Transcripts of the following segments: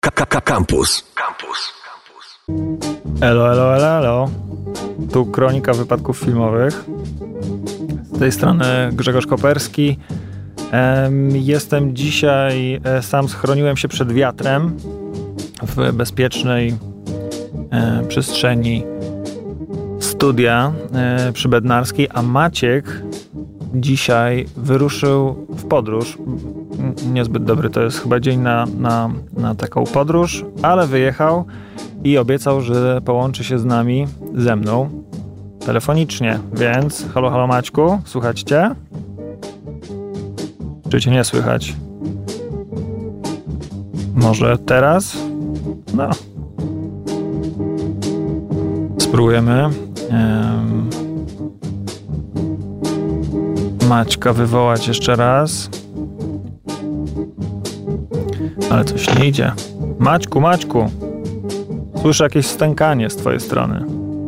Campus. Elo. Tu Kronika Wypadków Filmowych. Z tej strony Grzegorz Koperski. Jestem dzisiaj, sam schroniłem się przed wiatrem w bezpiecznej przestrzeni studia przy Bednarskiej, a Maciek dzisiaj wyruszył w podróż. Niezbyt dobry to jest chyba dzień na taką podróż, ale wyjechał i obiecał, że połączy się z nami, ze mną, telefonicznie. Więc halo Maćku, słychać cię? Czy cię nie słychać? Może teraz? No. Spróbujemy. Maćka wywołać jeszcze raz. Ale coś nie idzie. Maćku! Słyszę jakieś stękanie z twojej strony.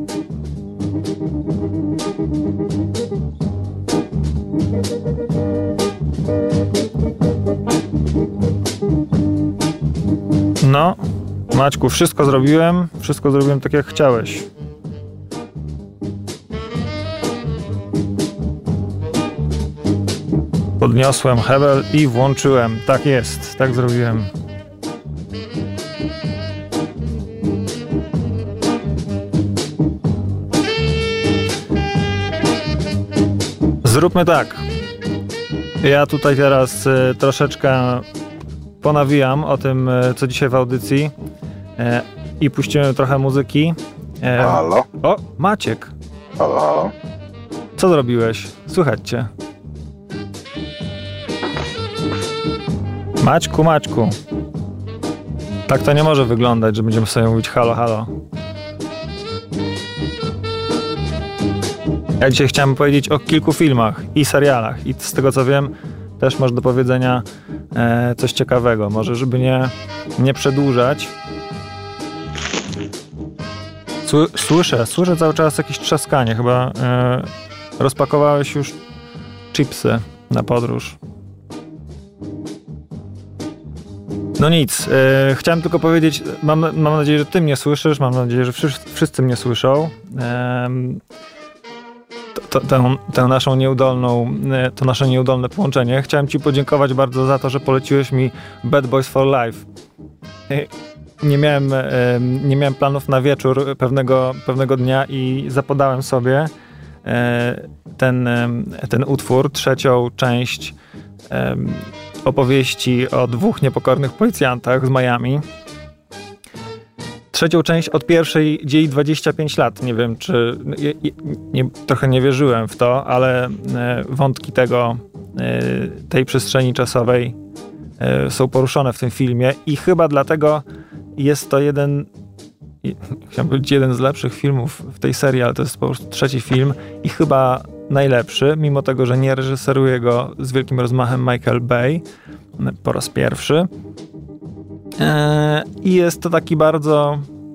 No, Maćku, wszystko zrobiłem tak jak chciałeś. Podniosłem hebel i włączyłem. Tak jest, tak zrobiłem. Zróbmy tak. Ja tutaj teraz troszeczkę ponawijam o tym, co dzisiaj w audycji i puścimy trochę muzyki. Halo? O, Maciek. Halo? Co zrobiłeś? Słychać cię. Maćku. Tak to nie może wyglądać, że będziemy sobie mówić halo. Ja dzisiaj chciałem powiedzieć o kilku filmach i serialach i z tego co wiem też masz do powiedzenia coś ciekawego. Może żeby nie przedłużać. Słyszę cały czas jakieś trzaskanie. Chyba rozpakowałeś już chipsy na podróż. No nic, chciałem tylko powiedzieć, mam nadzieję, że ty mnie słyszysz, mam nadzieję, że wszyscy mnie słyszą. To nasze nieudolne połączenie. Chciałem ci podziękować bardzo za to, że poleciłeś mi Bad Boys for Life. Nie miałem planów na wieczór pewnego dnia i zapodałem sobie ten utwór, trzecią część opowieści o dwóch niepokornych policjantach z Miami. Trzecią część od pierwszej dzieli 25 lat. Nie wiem, czy... trochę nie wierzyłem w to, ale wątki tej przestrzeni czasowej są poruszone w tym filmie i chyba dlatego jest to chciałem powiedzieć jeden z lepszych filmów w tej serii, ale to jest po prostu trzeci film i chyba najlepszy, mimo tego, że nie reżyseruje go z wielkim rozmachem Michael Bay po raz pierwszy. I jest to taki bardzo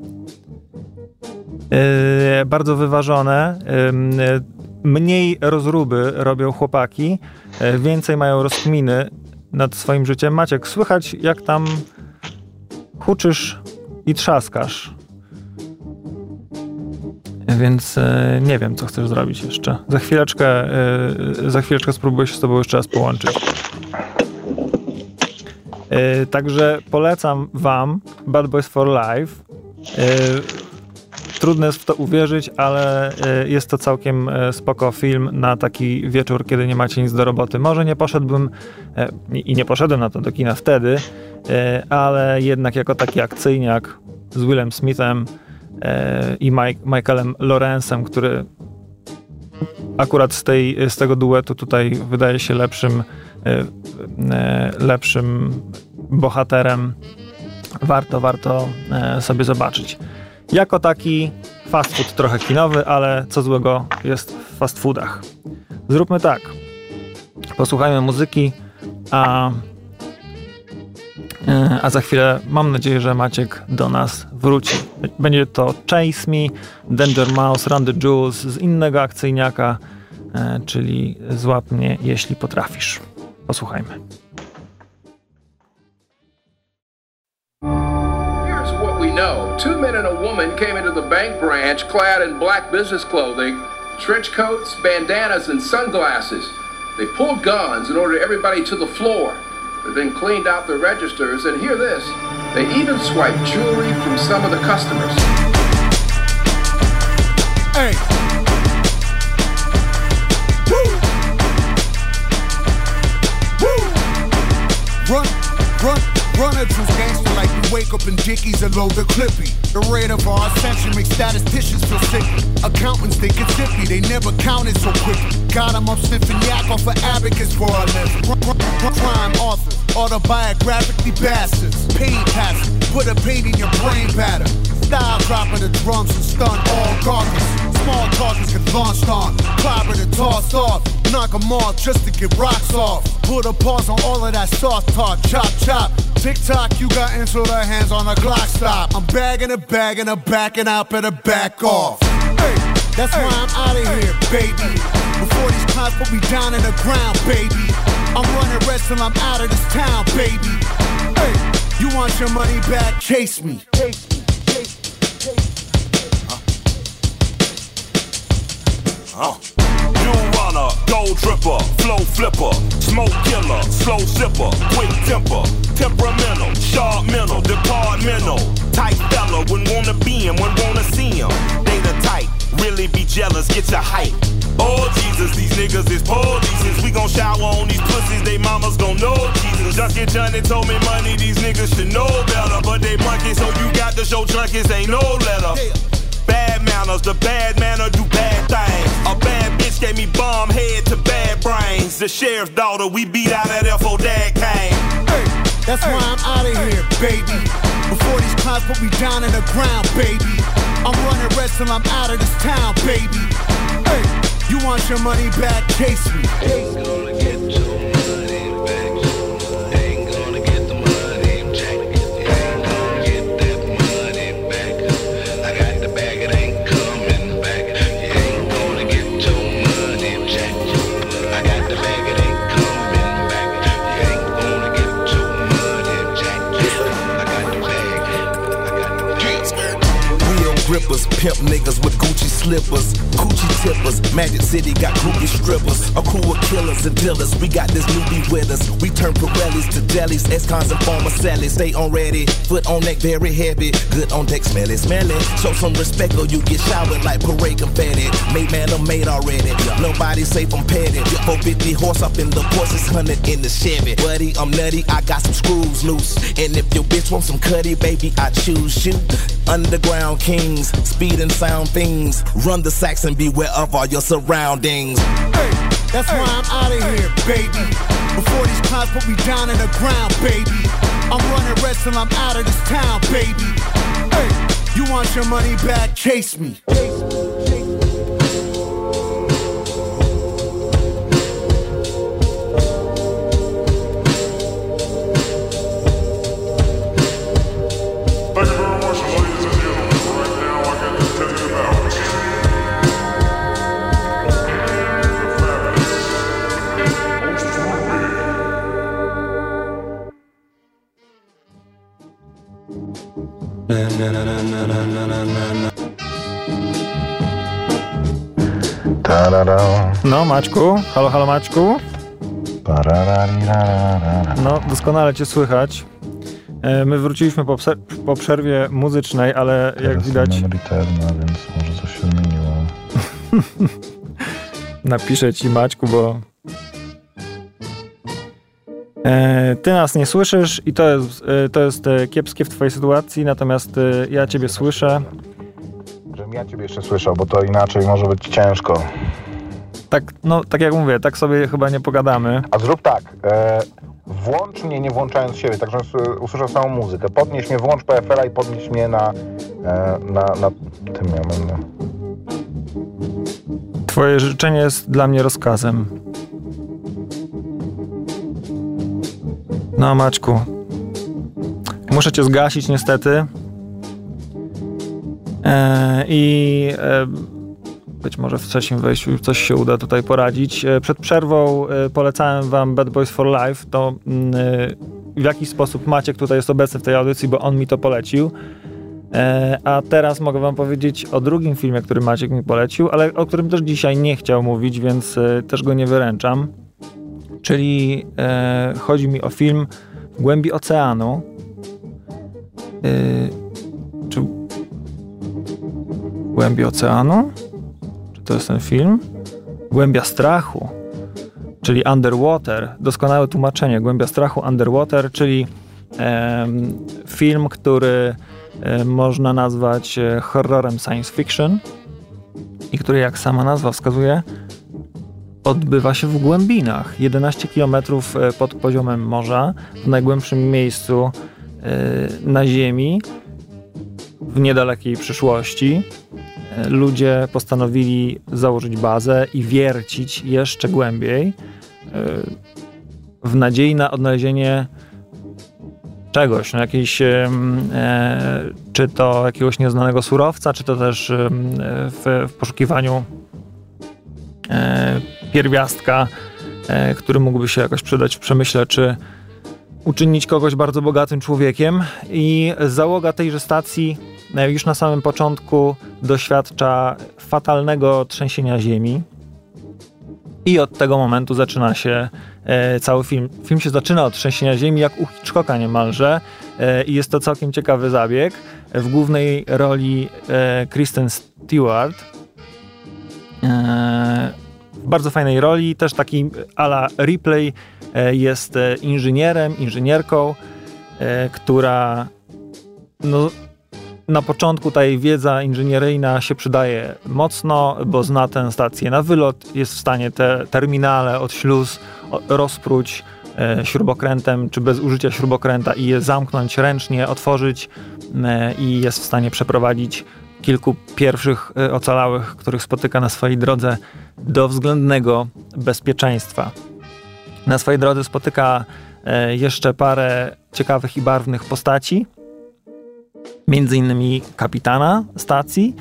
wyważone. Mniej rozruby robią chłopaki, więcej mają rozkminy nad swoim życiem. Maciek, słychać jak tam huczysz i trzaskasz. Więc nie wiem, co chcesz zrobić jeszcze. Za chwileczkę spróbuję się z tobą jeszcze raz połączyć. Także polecam wam Bad Boys for Life. Trudno jest w to uwierzyć, ale jest to całkiem spoko film na taki wieczór, kiedy nie macie nic do roboty. Może nie poszedłbym i nie poszedłem na to do kina wtedy, ale jednak jako taki akcyjniak z Willem Smithem i Michaelem Lawrence'em, który akurat z tego duetu tutaj wydaje się lepszym bohaterem. Warto sobie zobaczyć. Jako taki fast food trochę kinowy, ale co złego jest w fast foodach. Zróbmy tak. Posłuchajmy muzyki, a za chwilę mam nadzieję, że Maciek do nas wróci. Będzie to Chase Me, Danger Mouse, Run the Jewels z innego akcyjniaka, czyli Złap mnie, jeśli potrafisz. Posłuchajmy. we know. 2 men and a woman came into the bank branch clad in black business clothing, trench coats, bandanas, and sunglasses. They pulled guns and ordered everybody to the floor. They then cleaned out the registers, and hear this, they even swiped jewelry from some of the customers. Hey! Woo! Woo! Run a juice gangster like we wake up in Dickies and load the clippy. The rate of our ascension makes statisticians feel sick. Accountants think it's iffy, they never counted so quick. Got them up sniffing yak off of abacus for a living. Crime authors, autobiographically bastards. Pain passes, put a pain in your brain pattern. Style dropping the drums and stun all gawkers. Small targets get launched on, clobbered and tossed off. Knock them off just to get rocks off. Put a pause on all of that soft talk, chop chop. TikTok, you got into the hands on a Glock stop. I'm bagging a backing out, better back off. Hey, that's why I'm out of here, baby. Before these clowns put me down in the ground, baby. I'm running rest till I'm out of this town, baby. Hey, you want your money back? Chase me. Chase me. New runner, gold dripper, flow flipper, smoke killer, slow zipper, quick temper, temperamental, sharp mental, departmental, tight fella, wouldn't wanna be him, wouldn't wanna see him. They the type, really be jealous, get your hype. Oh Jesus, these niggas is police. We gon' shower on these pussies, they mamas gon' know Jesus. Junkie Johnny told me money, these niggas should know better, but they monkeys, so you got to show junkies ain't no letter. Bad manners, the bad manner do bad things. A bad bitch gave me bomb head to bad brains. The sheriff's daughter, we beat out at F.O. Dad came. Hey, that's why I'm out of here, baby. Before these clowns put me down in the ground, baby. I'm running rest till I'm out of this town, baby. Hey, you want your money back? Chase me. Ain't gonna get your money back. Ain't gonna get the money back. Ain't gonna get that money back. I got the bag, it ain't coming back. You ain't gonna get your money back. I got the bag, it ain't coming back. You ain't gonna get your money back. I got the bag. Real grippers, pimp niggas with Gucci slippers, Gucci tippers. Magic City got groupie strippers, a crew of killers and dealers. We got this newbie with us. We turn Pirellis to jellies, ex-cons and former sallies. Stay on ready, foot on neck very heavy. Good on deck, smelly. Show some respect or you get showered like parade confetti. Made man, I'm made already. Nobody safe, I'm petty. 450 horse up in the Porsche, 600 in the Chevy. Buddy, I'm nutty, I got some screws loose. And if your bitch wants some cutty, baby, I choose you. Underground kings, speed and sound things. Run the sacks and beware of all your surroundings. Hey, that's why I'm out of here, baby. Before these clowns put me down in the ground, baby. I'm running rest till I'm out of this town, baby. Hey, you want your money back? Chase me. No, Maćku, halo Maćku. No, doskonale cię słychać. My wróciliśmy po przerwie muzycznej, ale teraz jak widać... mam returna, więc może coś się zmieniło. Napiszę ci, Maćku, bo... Ty nas nie słyszysz i to jest kiepskie w twojej sytuacji, natomiast ja ciebie słyszę. Żebym ja ciebie jeszcze słyszał, bo to inaczej może być ciężko. Tak, no, tak jak mówię, tak sobie chyba nie pogadamy. A zrób tak, włącz mnie nie włączając siebie, tak żebym usłyszał samą muzykę. Podnieś mnie, włącz PFL-a i podnieś mnie na tym ja będę. Twoje życzenie jest dla mnie rozkazem. No, Maćku, muszę cię zgasić niestety. Być może w trzecim wejściu coś się uda tutaj poradzić. Przed przerwą polecałem wam Bad Boys for Life. To w jaki sposób Maciek tutaj jest obecny w tej audycji, bo on mi to polecił. A teraz mogę wam powiedzieć o drugim filmie, który Maciek mi polecił, ale o którym też dzisiaj nie chciał mówić, więc też go nie wyręczam. Czyli chodzi mi o film W głębi oceanu. Czy W głębi oceanu? Czy to jest ten film? Głębia strachu, czyli Underwater. Doskonałe tłumaczenie. Głębia strachu, Underwater, czyli film, który można nazwać horrorem science fiction i który, jak sama nazwa wskazuje, odbywa się w głębinach. 11 km pod poziomem morza, w najgłębszym miejscu na Ziemi, w niedalekiej przyszłości. Ludzie postanowili założyć bazę i wiercić jeszcze głębiej w nadziei na odnalezienie czegoś, no jakiejś, czy to jakiegoś nieznanego surowca, czy to też w poszukiwaniu pierwiastka, który mógłby się jakoś przydać w przemyśle, czy uczynić kogoś bardzo bogatym człowiekiem. I załoga tejże stacji już na samym początku doświadcza fatalnego trzęsienia ziemi. I od tego momentu zaczyna się cały film. Film się zaczyna od trzęsienia ziemi, jak u Hitchcocka niemalże. I jest to całkiem ciekawy zabieg. W głównej roli Kristen Stewart. W bardzo fajnej roli, też taki a la Ripley, jest inżynierką, która na początku ta jej wiedza inżynieryjna się przydaje mocno, bo zna tę stację na wylot, jest w stanie te terminale od śluz rozpróć śrubokrętem, czy bez użycia śrubokręta i je zamknąć ręcznie, otworzyć i jest w stanie przeprowadzić kilku pierwszych ocalałych, których spotyka na swojej drodze, do względnego bezpieczeństwa. Na swojej drodze spotyka jeszcze parę ciekawych i barwnych postaci, między innymi kapitana stacji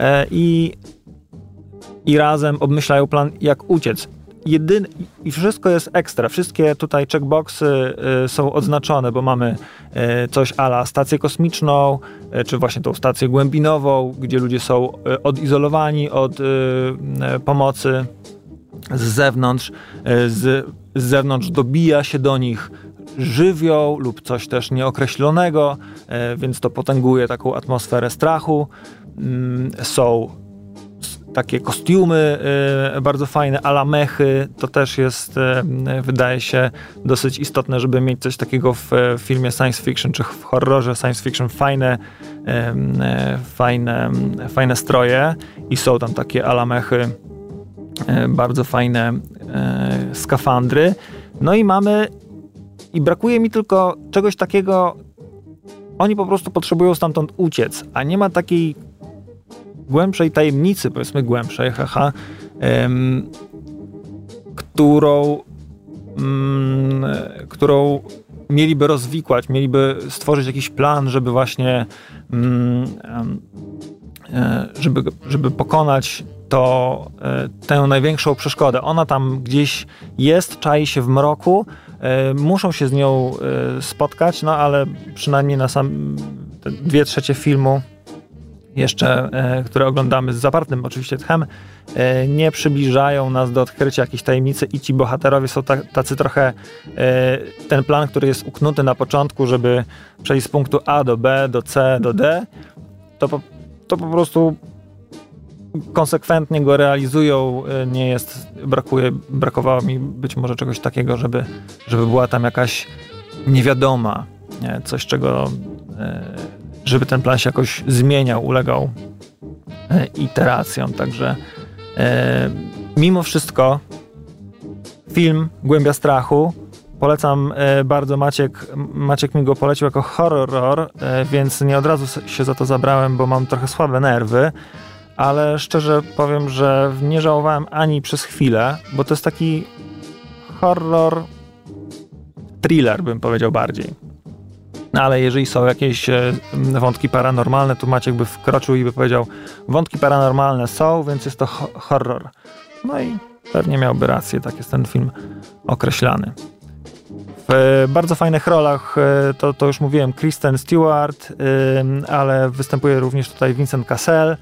i razem obmyślają plan, jak uciec. I wszystko jest ekstra. Wszystkie tutaj checkboxy są odznaczone, bo mamy coś a la stację kosmiczną, czy właśnie tą stację głębinową, gdzie ludzie są odizolowani od pomocy z zewnątrz. Z zewnątrz dobija się do nich żywioł lub coś też nieokreślonego, więc to potęguje taką atmosferę strachu. Są takie kostiumy bardzo fajne, a la mechy. To też jest, wydaje się, dosyć istotne, żeby mieć coś takiego w filmie science fiction, czy w horrorze science fiction. Fajne stroje i są tam takie a la mechy, bardzo fajne skafandry. No i brakuje mi tylko czegoś takiego, oni po prostu potrzebują stamtąd uciec, a nie ma takiej głębszej tajemnicy, powiedzmy głębszej, którą mieliby rozwikłać, mieliby stworzyć jakiś plan, żeby właśnie żeby pokonać tę największą przeszkodę. Ona tam gdzieś jest, czai się w mroku, muszą się z nią spotkać, no ale przynajmniej na sam 2/3 filmu jeszcze, które oglądamy z zapartym oczywiście tchem, nie przybliżają nas do odkrycia jakiejś tajemnicy i ci bohaterowie są tacy trochę, ten plan, który jest uknuty na początku, żeby przejść z punktu A do B, do C, do D, to po prostu konsekwentnie go realizują, nie jest, brakowało mi być może czegoś takiego, żeby była tam jakaś niewiadoma, coś czego, żeby ten plan się jakoś zmieniał, ulegał iteracjom, także mimo wszystko film Głębia strachu polecam bardzo. Maciek mi go polecił jako horror, więc nie od razu się za to zabrałem, bo mam trochę słabe nerwy, ale szczerze powiem, że nie żałowałem ani przez chwilę, bo to jest taki horror, thriller bym powiedział bardziej. No ale jeżeli są jakieś wątki paranormalne, to Maciek by wkroczył i by powiedział, wątki paranormalne są, więc jest to horror. No i pewnie miałby rację, tak jest ten film określany. W bardzo fajnych rolach, to już mówiłem, Kristen Stewart, ale występuje również tutaj Vincent Cassel,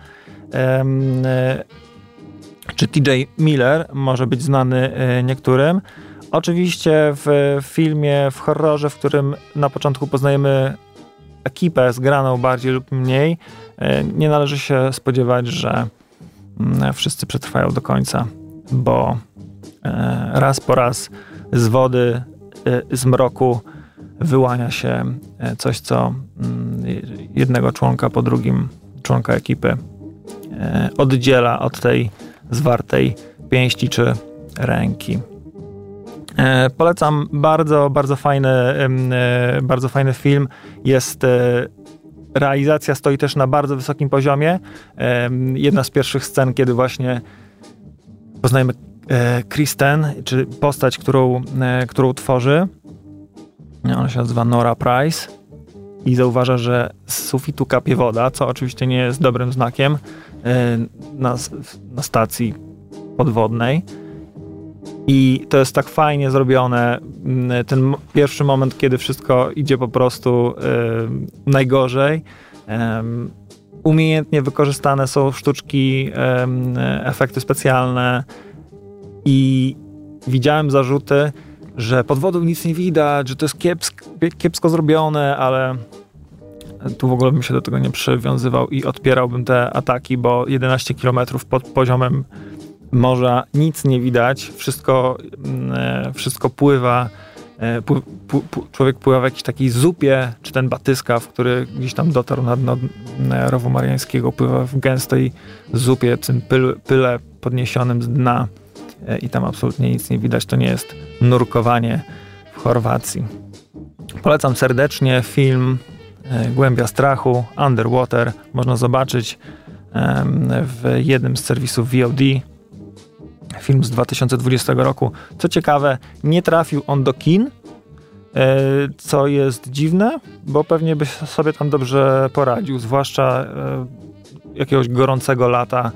czy TJ Miller, może być znany niektórym. Oczywiście w filmie, w horrorze, w którym na początku poznajemy ekipę zgraną bardziej lub mniej, nie należy się spodziewać, że wszyscy przetrwają do końca, bo raz po raz z wody, z mroku wyłania się coś, co jednego członka po drugim, członka ekipy oddziela od tej zwartej pięści czy ręki. Polecam bardzo, bardzo fajny film. Realizacja stoi też na bardzo wysokim poziomie. Jedna z pierwszych scen, kiedy właśnie poznajemy Kristen, czy postać, którą tworzy. Ona się nazywa Nora Price i zauważa, że z sufitu kapie woda, co oczywiście nie jest dobrym znakiem na stacji podwodnej. I to jest tak fajnie zrobione. Ten pierwszy moment, kiedy wszystko idzie po prostu najgorzej. Umiejętnie wykorzystane są sztuczki, efekty specjalne i widziałem zarzuty, że pod wodą nic nie widać, że to jest kiepsko zrobione, ale tu w ogóle bym się do tego nie przywiązywał i odpierałbym te ataki, bo 11 km pod poziomem morza nic nie widać, wszystko pływa, człowiek pływa w jakiejś takiej zupie, czy ten batyskaw, który gdzieś tam dotarł na dno rowu mariańskiego, pływa w gęstej zupie, tym pyle podniesionym z dna i tam absolutnie nic nie widać. To nie jest nurkowanie w Chorwacji. Polecam serdecznie film Głębia strachu, Underwater. Można zobaczyć w jednym z serwisów VOD. Film z 2020 roku. Co ciekawe, nie trafił on do kin, co jest dziwne, bo pewnie by sobie tam dobrze poradził, zwłaszcza jakiegoś gorącego lata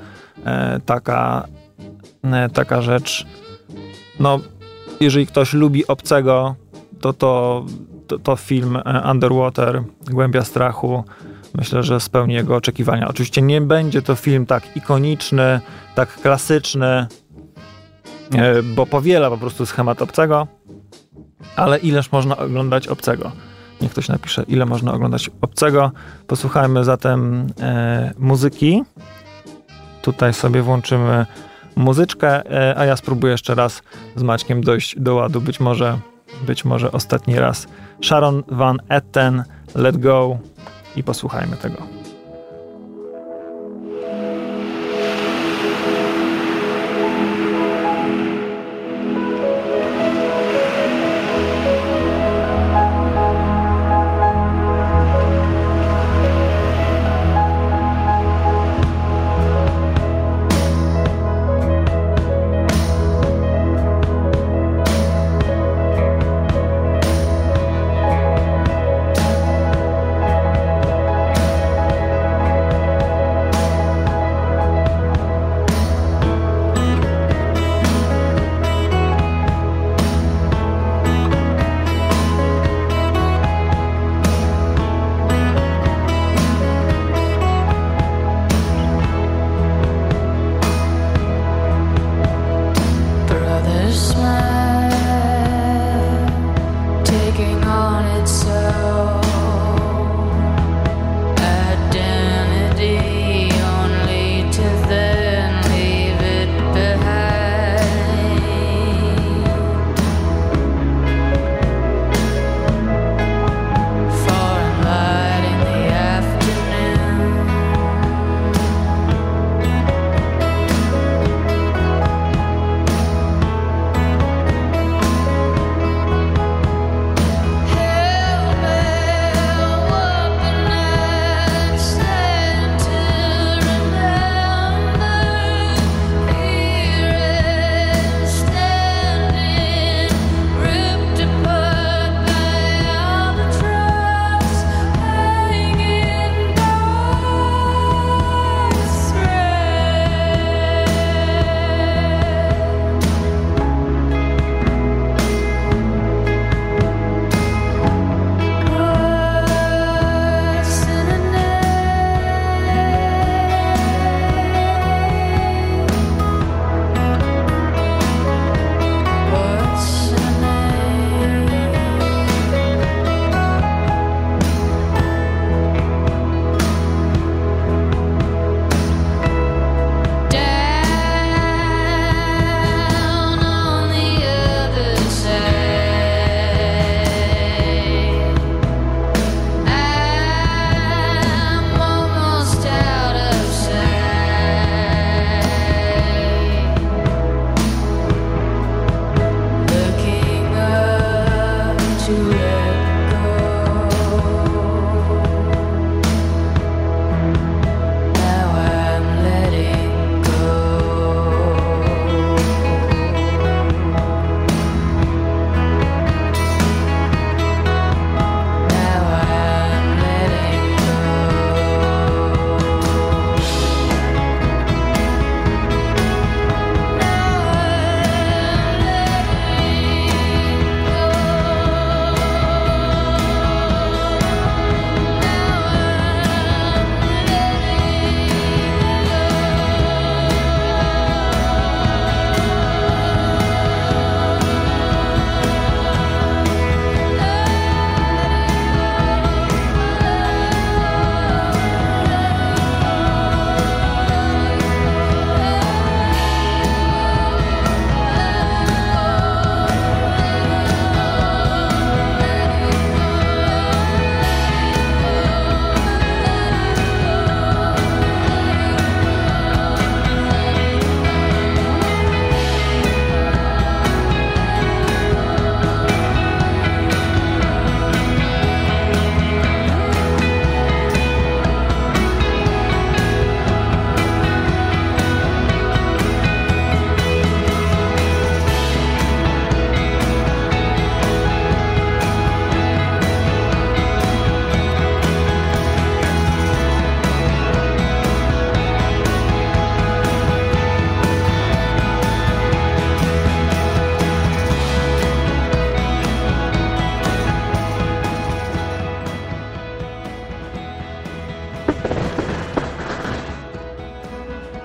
taka rzecz. No, jeżeli ktoś lubi Obcego, to film Underwater, Głębia strachu, myślę, że spełni jego oczekiwania. Oczywiście nie będzie to film tak ikoniczny, tak klasyczny, bo powiela po prostu schemat Obcego, ale ileż można oglądać Obcego? Niech ktoś napisze, ile można oglądać Obcego. Posłuchajmy zatem muzyki. Tutaj sobie włączymy muzyczkę, a ja spróbuję jeszcze raz z Maćkiem dojść do ładu. Być może ostatni raz. Sharon Van Etten, Let Go i posłuchajmy tego.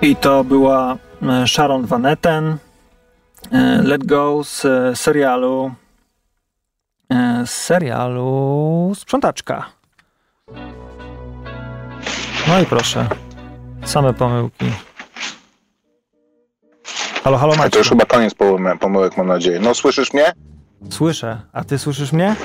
I to była Sharon Van Etten, Let Go z serialu Sprzątaczka. No i proszę, same pomyłki. Halo, Maciek. To już chyba koniec pomyłek, mam nadzieję. No, słyszysz mnie? Słyszę. A ty słyszysz mnie?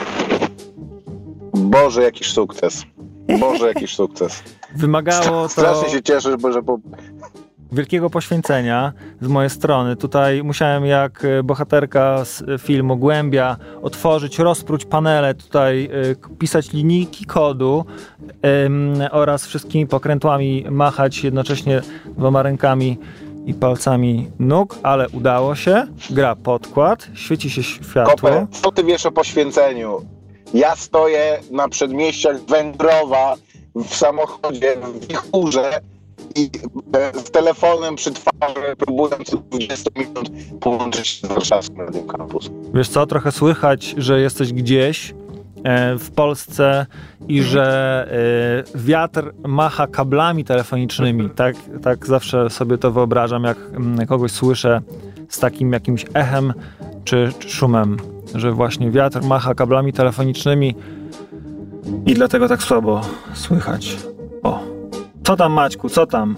Boże, jakiś sukces. Wymagało to... Strasznie się cieszę, że wielkiego poświęcenia z mojej strony. Tutaj musiałem jak bohaterka z filmu Głębia otworzyć, rozpróć panele, tutaj pisać linijki kodu oraz wszystkimi pokrętłami machać jednocześnie 2 rękami i palcami nóg, ale udało się. Gra podkład, świeci się światło. Koper, co ty wiesz o poświęceniu? Ja stoję na przedmieściach Węgrowa w samochodzie, w wichurze i z telefonem przy twarzy, próbując 20 minut połączyć się z warszawskim Radiom Campus. Wiesz co, trochę słychać, że jesteś gdzieś w Polsce i że wiatr macha kablami telefonicznymi. Tak zawsze sobie to wyobrażam, jak kogoś słyszę z takim jakimś echem czy szumem, że właśnie wiatr macha kablami telefonicznymi i dlatego tak słabo słychać. O, co tam, Maćku, co tam?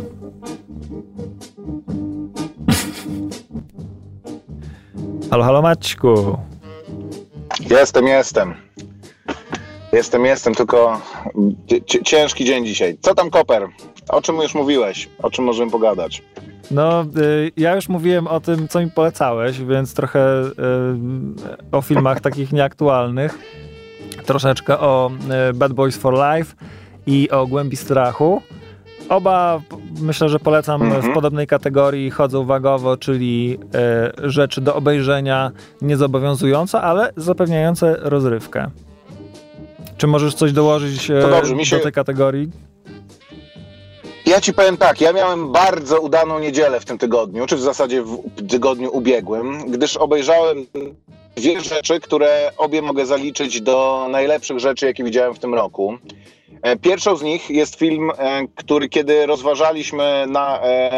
Halo, Maćku. Jestem, tylko ciężki dzień dzisiaj. Co tam, Koper? O czym już mówiłeś? O czym możemy pogadać? No, ja już mówiłem o tym, co mi polecałeś, więc trochę o filmach takich nieaktualnych. Troszeczkę o Bad Boys for Life i o Głębi Strachu. Oba myślę, że polecam w podobnej kategorii, chodzą wagowo, czyli rzeczy do obejrzenia niezobowiązujące, ale zapewniające rozrywkę. Czy możesz coś dołożyć do tej kategorii? Ja ci powiem tak, ja miałem bardzo udaną niedzielę w tym tygodniu, czy w zasadzie w tygodniu ubiegłym, gdyż obejrzałem 2 rzeczy, które obie mogę zaliczyć do najlepszych rzeczy, jakie widziałem w tym roku. Pierwszą z nich jest film, który kiedy rozważaliśmy na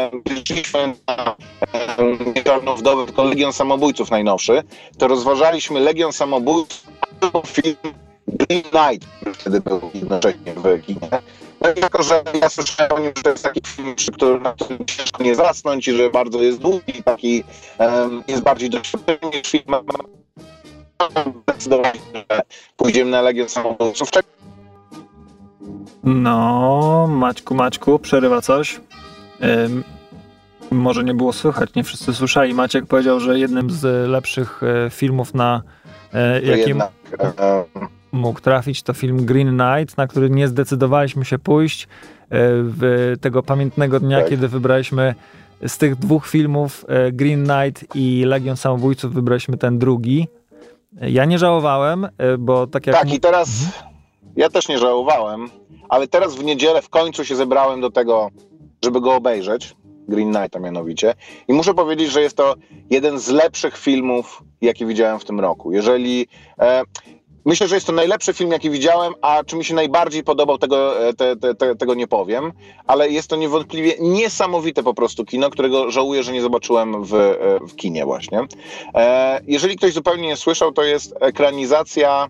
Czarną Wdowę, tylko Legion Samobójców najnowszy, to rozważaliśmy Legion Samobójców, film Green Knight, wtedy był jednocześnie w kinie. No i jako, że ja słyszałem o nim, że to jest taki film, przy którym na tym ciężko nie zasnąć i że bardzo jest długi, taki jest bardziej doświadczony niż film. Zdecydowanie, że pójdziemy na Legion Samobójców. No, Maćku, przerywa coś. Może nie było słychać, nie wszyscy słyszeli. Maciek powiedział, że jednym z lepszych filmów, na jakie mógł trafić, to film Green Knight, na który nie zdecydowaliśmy się pójść w tego pamiętnego dnia, kiedy wybraliśmy z tych 2 filmów Green Knight i Legion Samobójców, wybraliśmy ten drugi. Ja nie żałowałem, bo tak jak... Tak, i teraz ja też nie żałowałem, ale teraz w niedzielę w końcu się zebrałem do tego, żeby go obejrzeć, Green Knighta mianowicie, i muszę powiedzieć, że jest to jeden z lepszych filmów, jaki widziałem w tym roku. Myślę, że jest to najlepszy film, jaki widziałem, a czy mi się najbardziej podobał, tego nie powiem, ale jest to niewątpliwie niesamowite po prostu kino, którego żałuję, że nie zobaczyłem w kinie właśnie. Jeżeli ktoś zupełnie nie słyszał, to jest ekranizacja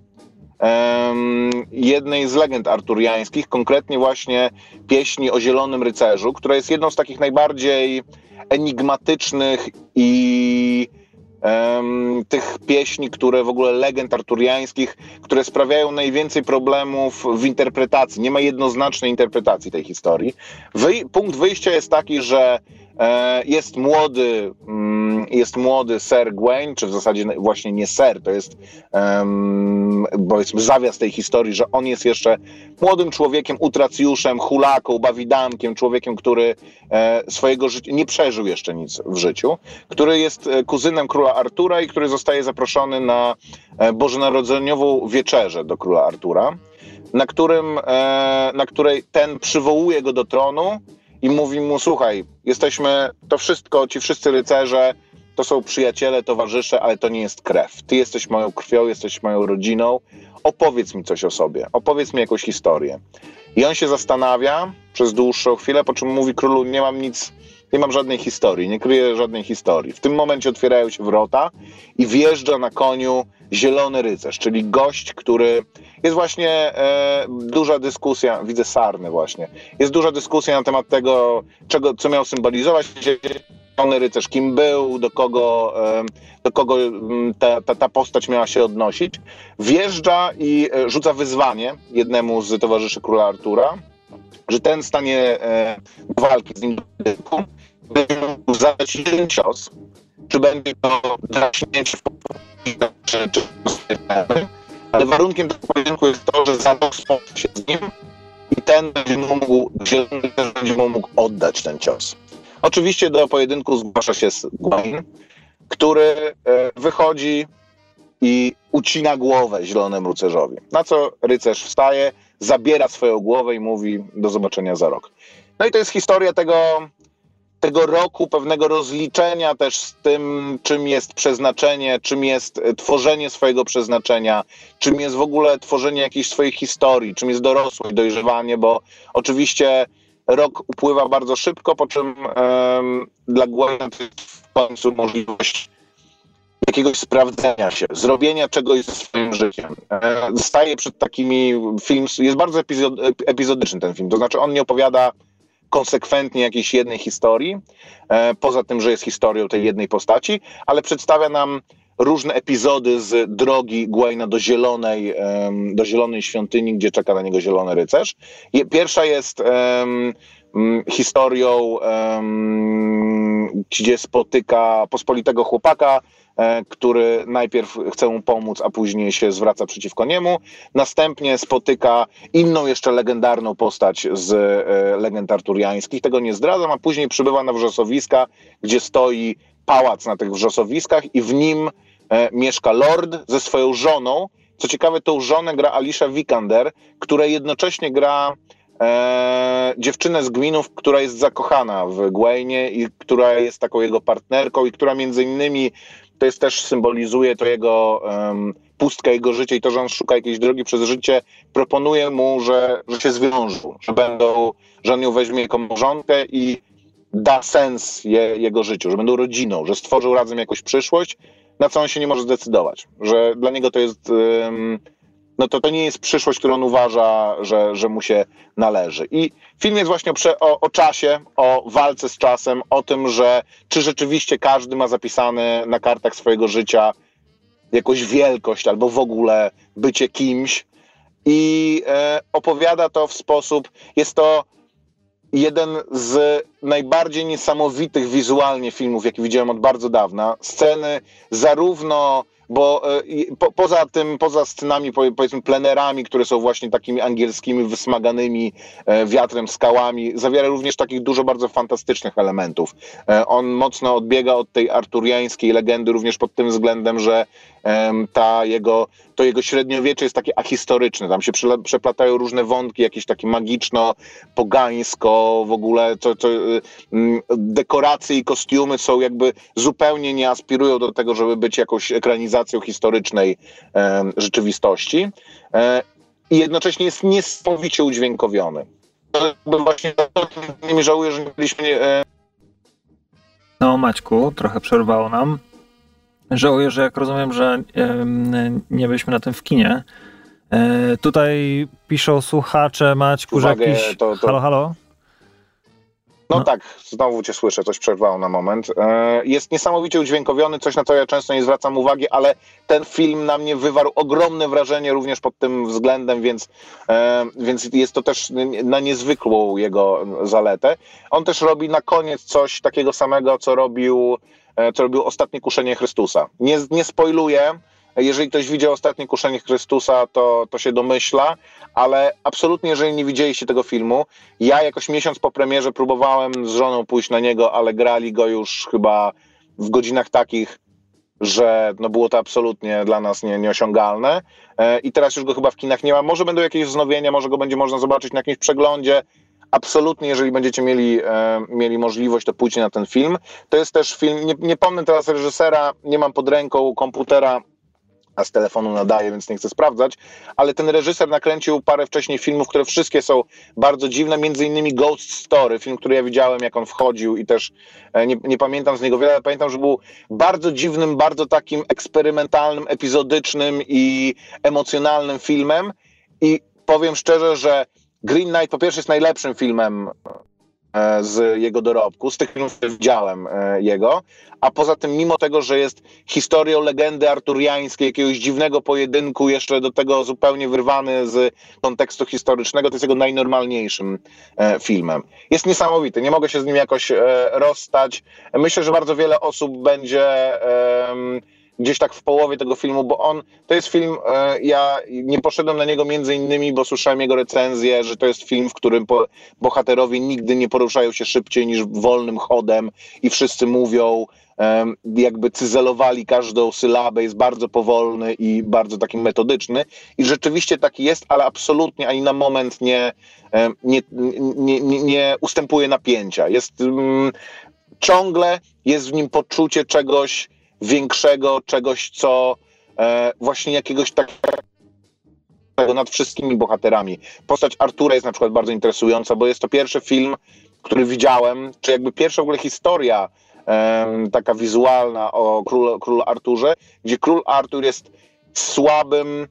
jednej z legend arturiańskich, konkretnie właśnie pieśni o Zielonym Rycerzu, która jest jedną z takich najbardziej enigmatycznych i tych pieśni, które w ogóle legend arturiańskich, które sprawiają najwięcej problemów w interpretacji. Nie ma jednoznacznej interpretacji tej historii. Punkt wyjścia jest taki, że jest młody Sir Gawain, czy w zasadzie właśnie nie Sir, to jest powiedzmy zawias tej historii, że on jest jeszcze młodym człowiekiem, utracjuszem, hulaką, bawidankiem, człowiekiem, który swojego życia nie przeżył jeszcze nic w życiu, który jest kuzynem króla Artura i który zostaje zaproszony na bożonarodzeniową wieczerzę do króla Artura, na której ten przywołuje go do tronu i mówi mu: słuchaj, ci wszyscy rycerze, to są przyjaciele, towarzysze, ale to nie jest krew. Ty jesteś moją krwią, jesteś moją rodziną. Opowiedz mi coś o sobie, opowiedz mi jakąś historię. I on się zastanawia przez dłuższą chwilę, po czym mówi: królu, nie mam nic Nie mam żadnej historii, nie kryję żadnej historii. W tym momencie otwierają się wrota i wjeżdża na koniu Zielony Rycerz, czyli gość, który... Jest właśnie duża dyskusja, widzę sarny właśnie, jest duża dyskusja na temat tego, co miał symbolizować Zielony Rycerz, kim był, do kogo ta postać miała się odnosić. Wjeżdża i rzuca wyzwanie jednemu z towarzyszy króla Artura, że ten stanie do walki z nim, będzie mógł zadać jeden cios, czy będzie to draśnięcie w ale warunkiem tego pojedynku jest to, że zadospą się z nim i ten Zielony też będzie mu mógł oddać ten cios. Oczywiście do pojedynku zgłasza się Gawain, który wychodzi i ucina głowę Zielonemu Rycerzowi. Na co rycerz wstaje, zabiera swoją głowę i mówi: do zobaczenia za rok. No i to jest historia tego roku, pewnego rozliczenia też z tym, czym jest przeznaczenie, czym jest tworzenie swojego przeznaczenia, czym jest w ogóle tworzenie jakiejś swojej historii, czym jest dorosłość, dojrzewanie, bo oczywiście rok upływa bardzo szybko, po czym dla Gawaina to jest w końcu możliwość jakiegoś sprawdzenia się, zrobienia czegoś ze swoim życiem. Staje przed takimi jest bardzo epizodyczny ten film, to znaczy on nie opowiada konsekwentnie jakiejś jednej historii, poza tym, że jest historią tej jednej postaci, ale przedstawia nam różne epizody z drogi Gawaina do Zielonej Świątyni, gdzie czeka na niego Zielony Rycerz. Pierwsza jest historią, gdzie spotyka pospolitego chłopaka, który najpierw chce mu pomóc, a później się zwraca przeciwko niemu. Następnie spotyka inną jeszcze legendarną postać z legend arturiańskich. Tego nie zdradzam, a później przybywa na wrzosowiska, gdzie stoi pałac na tych wrzosowiskach i w nim mieszka lord ze swoją żoną. Co ciekawe, tą żonę gra Alicia Vikander, która jednocześnie gra dziewczynę z Gwynów, która jest zakochana w Gawainie i która jest taką jego partnerką i która między innymi to jest też symbolizuje to jego pustkę jego życia i to, że on szuka jakiejś drogi przez życie, proponuje mu, że się zwiążą, że on ją weźmie jako małżonkę i da sens jego życiu, że będą rodziną, że stworzą razem jakąś przyszłość, na co on się nie może zdecydować, że dla niego to jest no to nie jest przyszłość, którą on uważa, że mu się należy. I film jest właśnie o czasie, o walce z czasem, o tym, że czy rzeczywiście każdy ma zapisane na kartach swojego życia jakąś wielkość albo w ogóle bycie kimś. I opowiada to w sposób... Jest to jeden z najbardziej niesamowitych wizualnie filmów, jaki widziałem od bardzo dawna. Sceny zarówno... Bo poza scenami, powiedzmy plenerami, które są właśnie takimi angielskimi, wysmaganymi wiatrem skałami, zawiera również takich dużo bardzo fantastycznych elementów. On mocno odbiega od tej arturiańskiej legendy również pod tym względem, że to jego średniowiecze jest takie ahistoryczne. Tam się przeplatają różne wątki, jakieś takie magiczno-pogańsko, w ogóle dekoracje i kostiumy są jakby zupełnie nie aspirują do tego, żeby być jakąś ekranizacją historycznej rzeczywistości. I jednocześnie jest niesamowicie udźwiękowiony. Właśnie nie żałuję, że nie byliśmy... No Maćku, trochę przerwało nam. Żałuję, że jak rozumiem, że nie byliśmy na tym w kinie. Tutaj piszą słuchacze, Maćku, że jakiś... Halo, halo? No tak, znowu cię słyszę, coś przerwało na moment. Jest niesamowicie udźwiękowiony, coś na co ja często nie zwracam uwagi, ale ten film na mnie wywarł ogromne wrażenie również pod tym względem, więc jest to też na niezwykłą jego zaletę. On też robi na koniec coś takiego samego, co robił Ostatnie Kuszenie Chrystusa. Nie spoiluję, jeżeli ktoś widział Ostatnie Kuszenie Chrystusa, to się domyśla, ale absolutnie, jeżeli nie widzieliście tego filmu, ja jakoś miesiąc po premierze próbowałem z żoną pójść na niego, ale grali go już chyba w godzinach takich, że no było to absolutnie dla nas nieosiągalne i teraz już go chyba w kinach nie ma. Może będą jakieś wznowienia, może go będzie można zobaczyć na jakimś przeglądzie. Absolutnie, jeżeli będziecie mieli możliwość, to pójdźcie na ten film. To jest też film, nie pomnę teraz reżysera, nie mam pod ręką komputera, a z telefonu nadaję, więc nie chcę sprawdzać, ale ten reżyser nakręcił parę wcześniej filmów, które wszystkie są bardzo dziwne, między innymi Ghost Story, film, który ja widziałem, jak on wchodził i też nie pamiętam z niego wiele, ale pamiętam, że był bardzo dziwnym, bardzo takim eksperymentalnym, epizodycznym i emocjonalnym filmem i powiem szczerze, że Green Knight po pierwsze jest najlepszym filmem z jego dorobku, z tych filmów, które widziałem jego, a poza tym mimo tego, że jest historią legendy arturiańskiej, jakiegoś dziwnego pojedynku, jeszcze do tego zupełnie wyrwany z kontekstu historycznego, to jest jego najnormalniejszym filmem. Jest niesamowity, nie mogę się z nim jakoś rozstać. Myślę, że bardzo wiele osób będzie gdzieś tak w połowie tego filmu, bo to jest film, ja nie poszedłem na niego między innymi, bo słyszałem jego recenzję, że to jest film, w którym bohaterowie nigdy nie poruszają się szybciej niż wolnym chodem i wszyscy mówią, jakby cyzelowali każdą sylabę, jest bardzo powolny i bardzo taki metodyczny i rzeczywiście taki jest, ale absolutnie ani na moment nie ustępuje napięcia. Ciągle jest w nim poczucie czegoś większego, czegoś, co właśnie jakiegoś takiego nad wszystkimi bohaterami. Postać Artura jest na przykład bardzo interesująca, bo jest to pierwszy film, który widziałem, czy jakby pierwsza w ogóle historia taka wizualna o królu Arturze, gdzie król Artur jest słabym,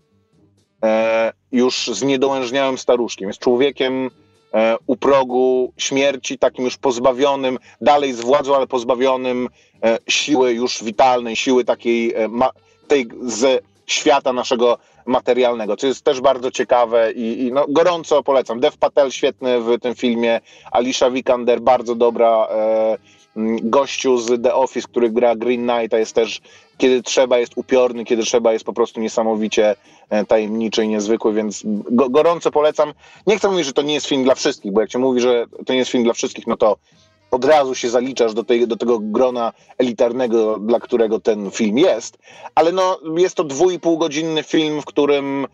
już zniedołężniałym staruszkiem. Jest człowiekiem u progu śmierci, takim już pozbawionym, dalej z władzą, ale pozbawionym siły już witalnej, siły takiej tej z świata naszego materialnego, co jest też bardzo ciekawe i no, gorąco polecam. Dev Patel świetny w tym filmie, Alicia Vikander bardzo dobra, gościu z The Office, który gra Green Knighta, jest też, kiedy trzeba, jest upiorny, kiedy trzeba, jest po prostu niesamowicie tajemniczy i niezwykły, więc gorąco polecam. Nie chcę mówić, że to nie jest film dla wszystkich, bo jak się mówi, że to nie jest film dla wszystkich, no to od razu się zaliczasz do tego grona elitarnego, dla którego ten film jest, ale no, jest to 2,5-godzinny film, w którym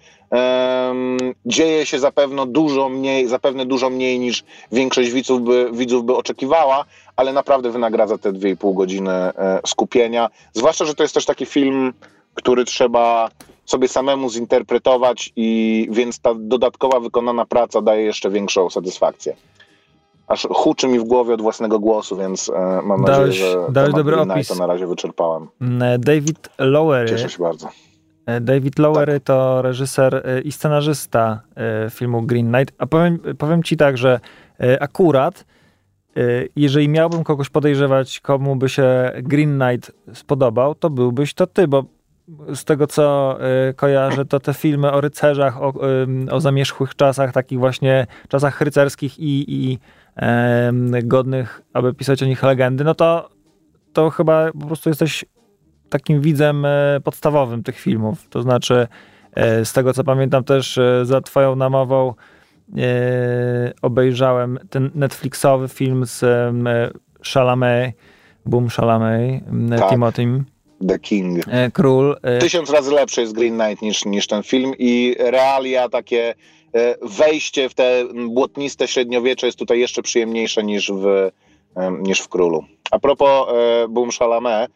dzieje się zapewne dużo mniej niż większość widzów by oczekiwała, ale naprawdę wynagradza te 2,5 godziny skupienia. Zwłaszcza, że to jest też taki film, który trzeba sobie samemu zinterpretować i więc ta dodatkowa wykonana praca daje jeszcze większą satysfakcję. Aż huczy mi w głowie od własnego głosu, więc mam nadzieję, że dałeś dobry opis. to na razie wyczerpałem. David Lowery. Cieszę się bardzo. David Lowery tak. To reżyser i scenarzysta filmu Green Knight. A powiem ci tak, że akurat jeżeli miałbym kogoś podejrzewać, komu by się Green Knight spodobał, to byłbyś to ty, bo z tego, co kojarzę, to te filmy o rycerzach, o zamierzchłych czasach, takich właśnie czasach rycerskich i godnych, aby pisać o nich legendy, no to chyba po prostu jesteś takim widzem podstawowym tych filmów. To znaczy, z tego, co pamiętam też za twoją namową obejrzałem ten Netflixowy film z Chalamet, tak. Timothym. The King. Król. 1000 razy lepszy jest Green Knight niż ten film i realia, takie wejście w te błotniste średniowiecze jest tutaj jeszcze przyjemniejsze niż w Królu. A propos Boom Chalamet,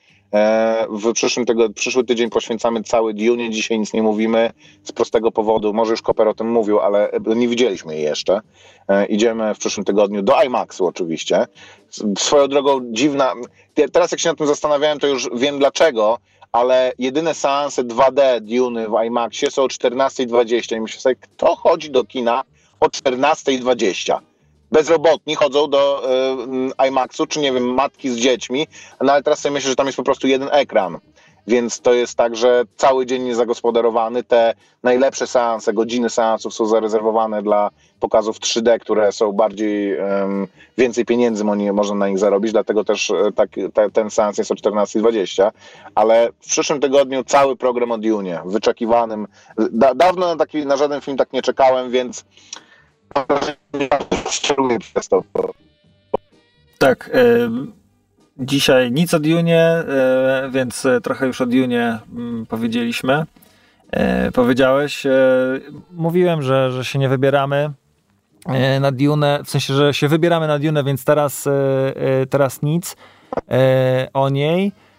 przyszły tydzień poświęcamy cały Dune, dzisiaj nic nie mówimy z prostego powodu, może już Koper o tym mówił, ale nie widzieliśmy jej jeszcze. Idziemy w przyszłym tygodniu do IMAX-u oczywiście. Swoją drogą dziwna, teraz jak się nad tym zastanawiałem, to już wiem dlaczego, ale jedyne seanse 2D Dune w IMAXie są o 14:20 i myślę sobie, kto chodzi do kina o 14:20? Bezrobotni chodzą do IMAX-u, czy nie wiem, matki z dziećmi, no ale teraz sobie myślę, że tam jest po prostu jeden ekran, więc to jest tak, że cały dzień jest zagospodarowany, te najlepsze seanse, godziny seansów są zarezerwowane dla pokazów 3D, które są bardziej, więcej pieniędzy można na nich zarobić, dlatego też ten seans jest o 14:20, ale w przyszłym tygodniu cały program o Dune, wyczekiwanym, dawno na żaden film tak nie czekałem, więc tak, dzisiaj nic o Dune, więc trochę już o Dune powiedzieliśmy. Powiedziałeś, mówiłem, że się nie wybieramy na Dune, w sensie, że się wybieramy na Dune, więc teraz nic o niej.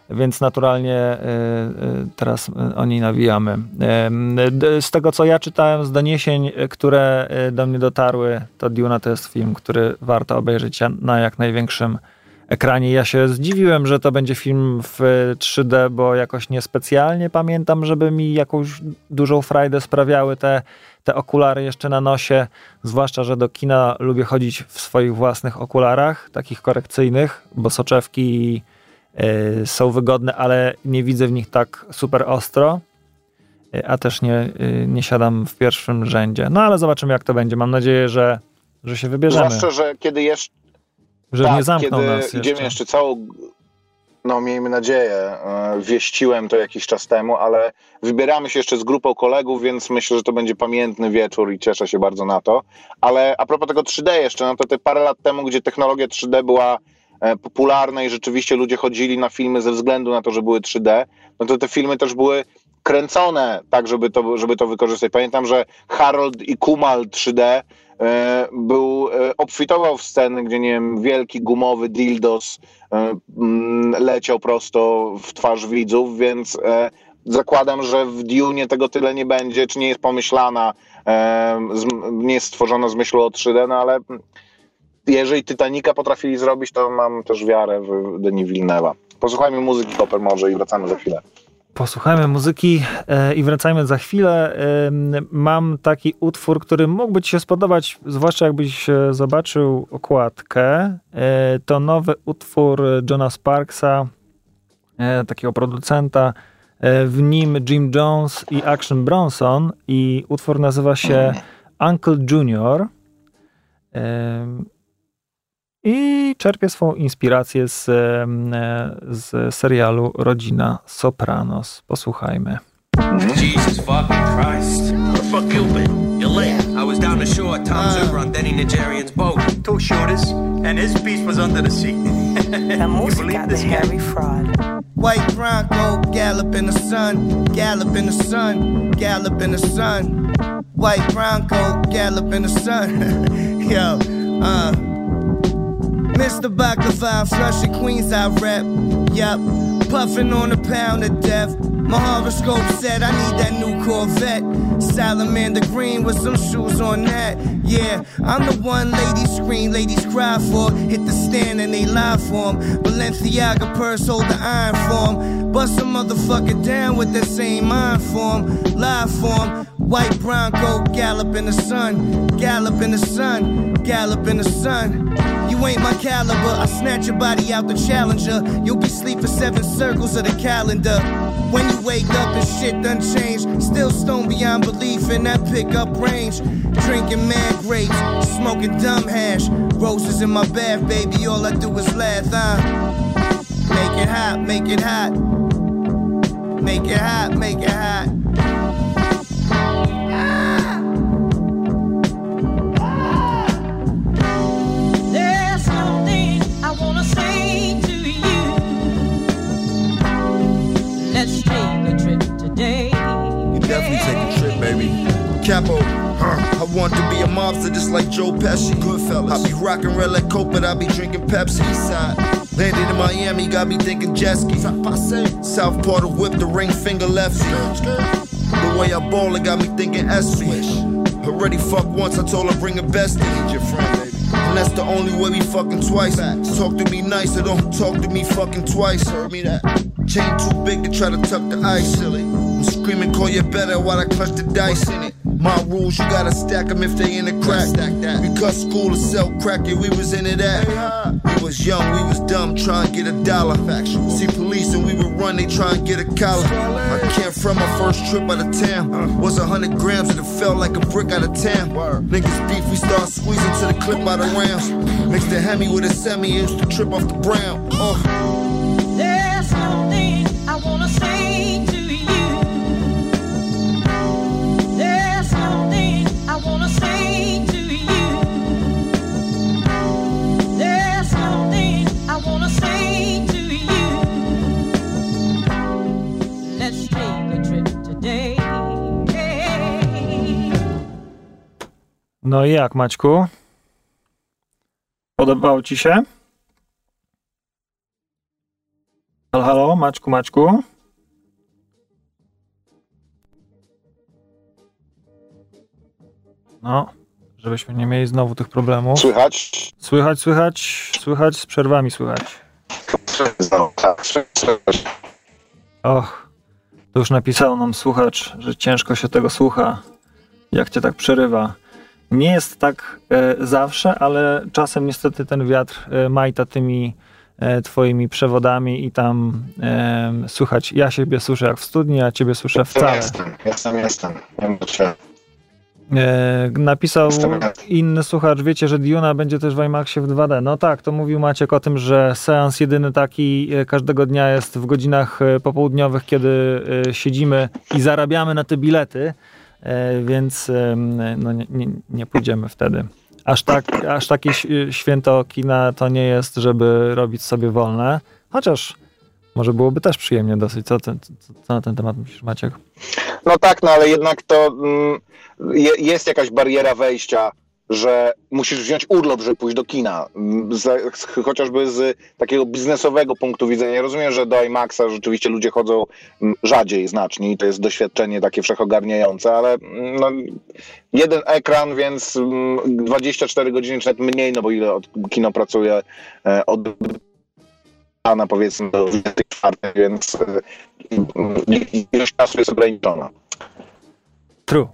więc naturalnie teraz o niej nawijamy. Z tego, co ja czytałem, z doniesień, które do mnie dotarły, to Duna to jest film, który warto obejrzeć na jak największym ekranie. Ja się zdziwiłem, że to będzie film w 3D, bo jakoś niespecjalnie pamiętam, żeby mi jakąś dużą frajdę sprawiały te okulary jeszcze na nosie, zwłaszcza, że do kina lubię chodzić w swoich własnych okularach, takich korekcyjnych, bo soczewki są wygodne, ale nie widzę w nich tak super ostro, a też nie siadam w pierwszym rzędzie. No ale zobaczymy, jak to będzie. Mam nadzieję, że się wybierzemy. Zwłaszcza, że kiedy jeszcze... Że nie zamkną kiedy nas idziemy jeszcze całą... No miejmy nadzieję, wieściłem to jakiś czas temu, ale wybieramy się jeszcze z grupą kolegów, więc myślę, że to będzie pamiętny wieczór i cieszę się bardzo na to. Ale a propos tego 3D jeszcze, no to te parę lat temu, gdzie technologia 3D była popularna i rzeczywiście ludzie chodzili na filmy ze względu na to, że były 3D, no to te filmy też były kręcone tak, żeby to wykorzystać. Pamiętam, że Harold i Kumar 3D obfitował w sceny, gdzie, nie wiem, wielki gumowy dildos leciał prosto w twarz widzów, więc zakładam, że w Dune tego tyle nie będzie, czy nie jest pomyślana, nie jest stworzona z myślą o 3D, no ale jeżeli Titanica potrafili zrobić, to mam też wiarę w Denis Villeneuve'a. Posłuchajmy muzyki Koper może i wracamy za chwilę. Posłuchajmy muzyki i wracajmy za chwilę. Mam taki utwór, który mógłby ci się spodobać, zwłaszcza jakbyś zobaczył okładkę. To nowy utwór Johna Sparksa, takiego producenta. W nim Jim Jones i Action Bronson i utwór nazywa się Uncle Junior. I czerpie swą inspirację z serialu Rodzina Sopranos. Posłuchajmy. Jesus fucking Christ. Where the fuck you been? You're late. I was down the shore, Tom's over on Denny Nigerian's boat. Two shooters, and his piece was under the seat. La música de Harry Fraud. White Bronco, gallop in the sun, gallop in the sun, gallop in the sun. White Bronco, gallop in the sun. Yo, Mr. Baklava, flushing Queens, I rep. Yup, puffing on a pound of death. My horoscope said I need that new Corvette. Salamander green with some shoes on that. Yeah, I'm the one ladies scream, ladies cry for. Hit the stand and they lie for 'em. Balenciaga purse hold the iron for 'em. Bust a motherfucker down with that same iron for 'em. Lie for 'em. White Bronco, gallop in the sun. Gallop in the sun. Gallop in the sun. You ain't my caliber, I snatch your body out the Challenger. You'll be sleeping 7 circles of the calendar. When you wake up and shit done changed, still stone beyond belief in that pickup range. Drinking mad grapes, smoking dumb hash. Roses in my bath, baby, all I do is laugh, Make it hot, make it hot. Make it hot, make it hot. There's something I wanna say to you. Let's take a trip today. You definitely take a trip, baby. Capo, I want to be a mobster just like Joe Pesci. Goodfellas. I be rockin' red like Coke, but I be drinking Pepsi. Eastside. Landed in Miami, got me thinking jet ski. South part of whip, the ring finger lefty. The way I ball, it got me thinking SB. Already fucked once, I told her bring a bestie. Your friend, baby. And that's the only way we fucking twice. Talk to me nice, or don't talk to me fucking twice. Heard me that? Chain too big to try to tuck the ice. Silly. I'm screaming, call you better while I clutch the dice in it. My rules, you gotta stack them if they in the crack. We cut school to sell crack, yeah, we was into that. We was young, we was dumb, trying to get a dollar. See police and we would run, they try and get a collar. I can't front my first trip out of town. Was 100 grams and it felt like a brick out of town. Niggas beef, we start squeezing to the clip out of rounds. Mixed the Hemi with a semi, used to trip off the brown. There's something I wanna say to you. There's something I wanna say to you. There's something I wanna say to you. Let's take a trip today. No i jak, Maćku? Podobało ci się? Halo, Maćku? No, żebyśmy nie mieli znowu tych problemów. Słychać? Słychać, z przerwami słychać. Och, to już napisał nam słuchacz, że ciężko się tego słucha, jak cię tak przerywa. Nie jest tak zawsze, ale czasem niestety ten wiatr majta tymi twoimi przewodami i tam słychać. Ja siebie słyszę jak w studni, a ciebie słyszę wcale. Jestem. Nie wiem, Napisał inny słuchacz, wiecie, że Duna będzie też w IMAXie w 2D. No tak, to mówił Maciek o tym, że seans jedyny taki każdego dnia jest w godzinach popołudniowych, kiedy siedzimy i zarabiamy na te bilety, więc no nie pójdziemy wtedy. Aż takie święto kina to nie jest, żeby robić sobie wolne, chociaż może byłoby też przyjemnie dosyć. Co na ten temat myślisz, Maciek? No tak, no ale jednak to jest jakaś bariera wejścia, że musisz wziąć urlop, żeby pójść do kina. Chociażby z takiego biznesowego punktu widzenia. Ja rozumiem, że do IMAXa rzeczywiście ludzie chodzą rzadziej znacznie i to jest doświadczenie takie wszechogarniające, ale no, jeden ekran, więc 24 godziny, czy nawet mniej, no bo ile kino pracuje od na powiedzmy do 24, więc ilość czasu jest ograniczona. True.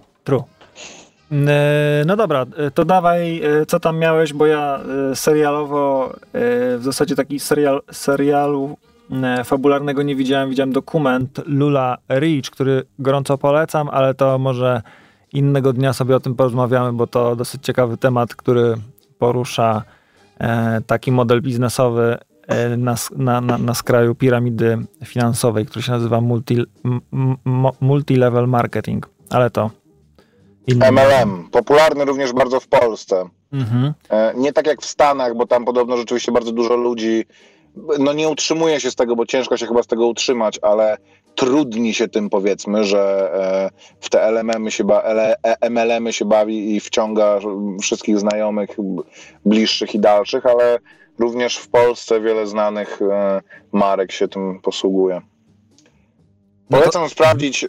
No dobra, to dawaj, co tam miałeś, bo ja serialowo, w zasadzie taki serialu fabularnego nie widziałem. Widziałem dokument Lula Ridge, który gorąco polecam, ale to może innego dnia sobie o tym porozmawiamy, bo to dosyć ciekawy temat, który porusza taki model biznesowy na skraju piramidy finansowej, który się nazywa multi-level marketing, ale to MLM, popularny również bardzo w Polsce. Nie tak jak w Stanach, bo tam podobno rzeczywiście bardzo dużo ludzi no nie utrzymuje się z tego, bo ciężko się chyba z tego utrzymać, ale trudni się tym, powiedzmy, że w te MLM-y się bawi i wciąga wszystkich znajomych, bliższych i dalszych, ale również w Polsce wiele znanych marek się tym posługuje. Polecam sprawdzić,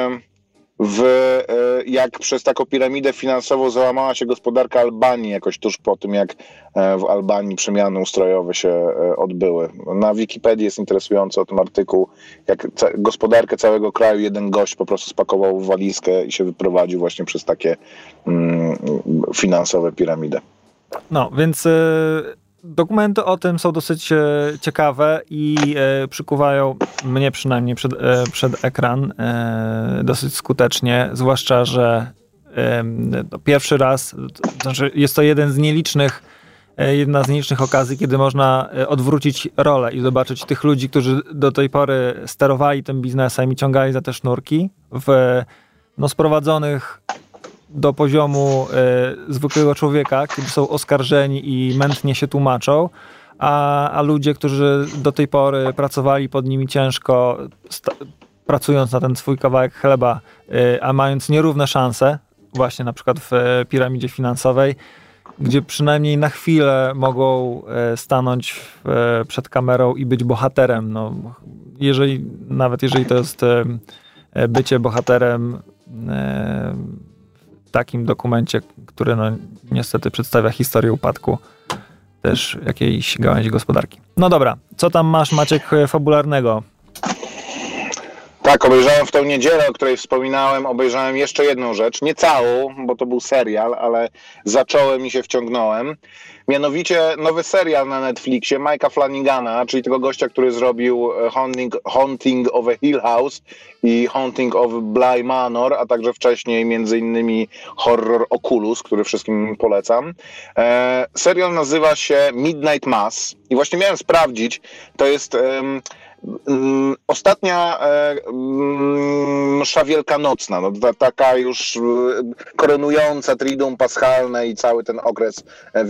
jak przez taką piramidę finansową załamała się gospodarka Albanii jakoś tuż po tym, jak w Albanii przemiany ustrojowe się odbyły. Na Wikipedii jest interesujący o tym artykuł, jak gospodarkę całego kraju jeden gość po prostu spakował w walizkę i się wyprowadził właśnie przez takie finansowe piramidy. No, więc dokumenty o tym są dosyć ciekawe i przykuwają mnie przynajmniej przed ekran dosyć skutecznie, zwłaszcza, że pierwszy raz, to znaczy jest to jedna z nielicznych okazji, kiedy można odwrócić rolę i zobaczyć tych ludzi, którzy do tej pory sterowali tym biznesem i ciągali za te sznurki, sprowadzonych do poziomu zwykłego człowieka, kiedy są oskarżeni i mętnie się tłumaczą, a ludzie, którzy do tej pory pracowali pod nimi ciężko, pracując na ten swój kawałek chleba, a mając nierówne szanse, właśnie na przykład w piramidzie finansowej, gdzie przynajmniej na chwilę mogą stanąć przed kamerą i być bohaterem. No, nawet jeżeli to jest bycie bohaterem w takim dokumencie, który niestety przedstawia historię upadku też jakiejś gałęzi gospodarki. No dobra, co tam masz, Maciek, fabularnego? Tak, obejrzałem w tę niedzielę, o której wspominałem, obejrzałem jeszcze jedną rzecz, nie całą, bo to był serial, ale zacząłem i się wciągnąłem. Mianowicie nowy serial na Netflixie Mike'a Flanagana, czyli tego gościa, który zrobił Haunting of a Hill House i Haunting of Bly Manor, a także wcześniej między innymi horror Oculus, który wszystkim polecam. Serial nazywa się Midnight Mass i właśnie miałem sprawdzić, to jest ostatnia msza wielkanocna, taka już koronująca Triduum Paschalne i cały ten okres wielkanocny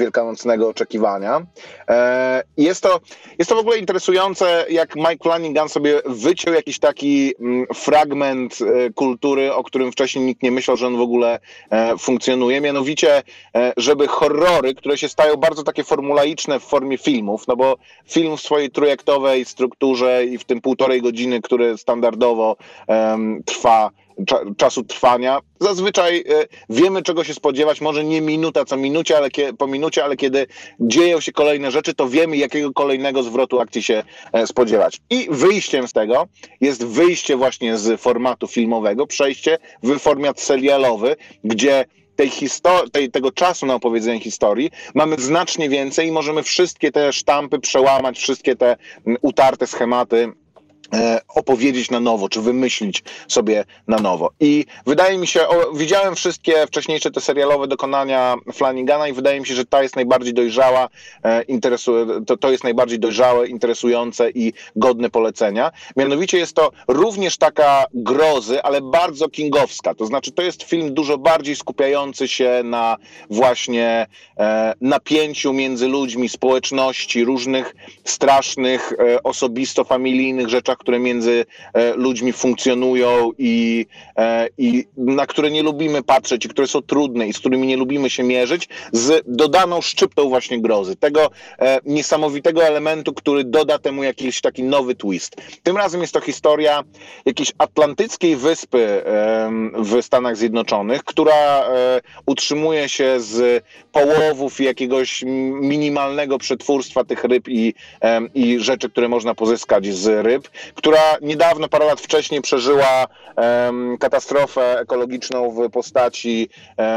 mocnego oczekiwania. Jest to w ogóle interesujące, jak Mike Flanagan sobie wyciął jakiś taki fragment kultury, o którym wcześniej nikt nie myślał, że on w ogóle funkcjonuje. Mianowicie, żeby horrory, które się stają bardzo takie formulaiczne w formie filmów, no bo film w swojej trójaktowej strukturze i w tym 1,5 godziny, które standardowo trwa, czasu trwania, zazwyczaj wiemy, czego się spodziewać, może nie minuta po minucie, ale kiedy dzieją się kolejne rzeczy, to wiemy, jakiego kolejnego zwrotu akcji się spodziewać. I wyjściem z tego jest wyjście właśnie z formatu filmowego, przejście w format serialowy, gdzie tego czasu na opowiedzenie historii mamy znacznie więcej i możemy wszystkie te sztampy przełamać, wszystkie te utarte schematy opowiedzieć na nowo, czy wymyślić sobie na nowo. I wydaje mi się, widziałem wszystkie wcześniejsze te serialowe dokonania Flanagana i wydaje mi się, że ta jest najbardziej dojrzała, to jest najbardziej dojrzałe, interesujące i godne polecenia. Mianowicie jest to również taka grozy, ale bardzo kingowska. To znaczy, to jest film dużo bardziej skupiający się na właśnie napięciu między ludźmi, społeczności, różnych strasznych, osobisto-familijnych rzeczach, które między ludźmi funkcjonują i na które nie lubimy patrzeć i które są trudne i z którymi nie lubimy się mierzyć, z dodaną szczyptą właśnie grozy. Tego niesamowitego elementu, który doda temu jakiś taki nowy twist. Tym razem jest to historia jakiejś atlantyckiej wyspy w Stanach Zjednoczonych, która utrzymuje się z połowów jakiegoś minimalnego przetwórstwa tych ryb i rzeczy, które można pozyskać z ryb, która niedawno, parę lat wcześniej przeżyła katastrofę ekologiczną w postaci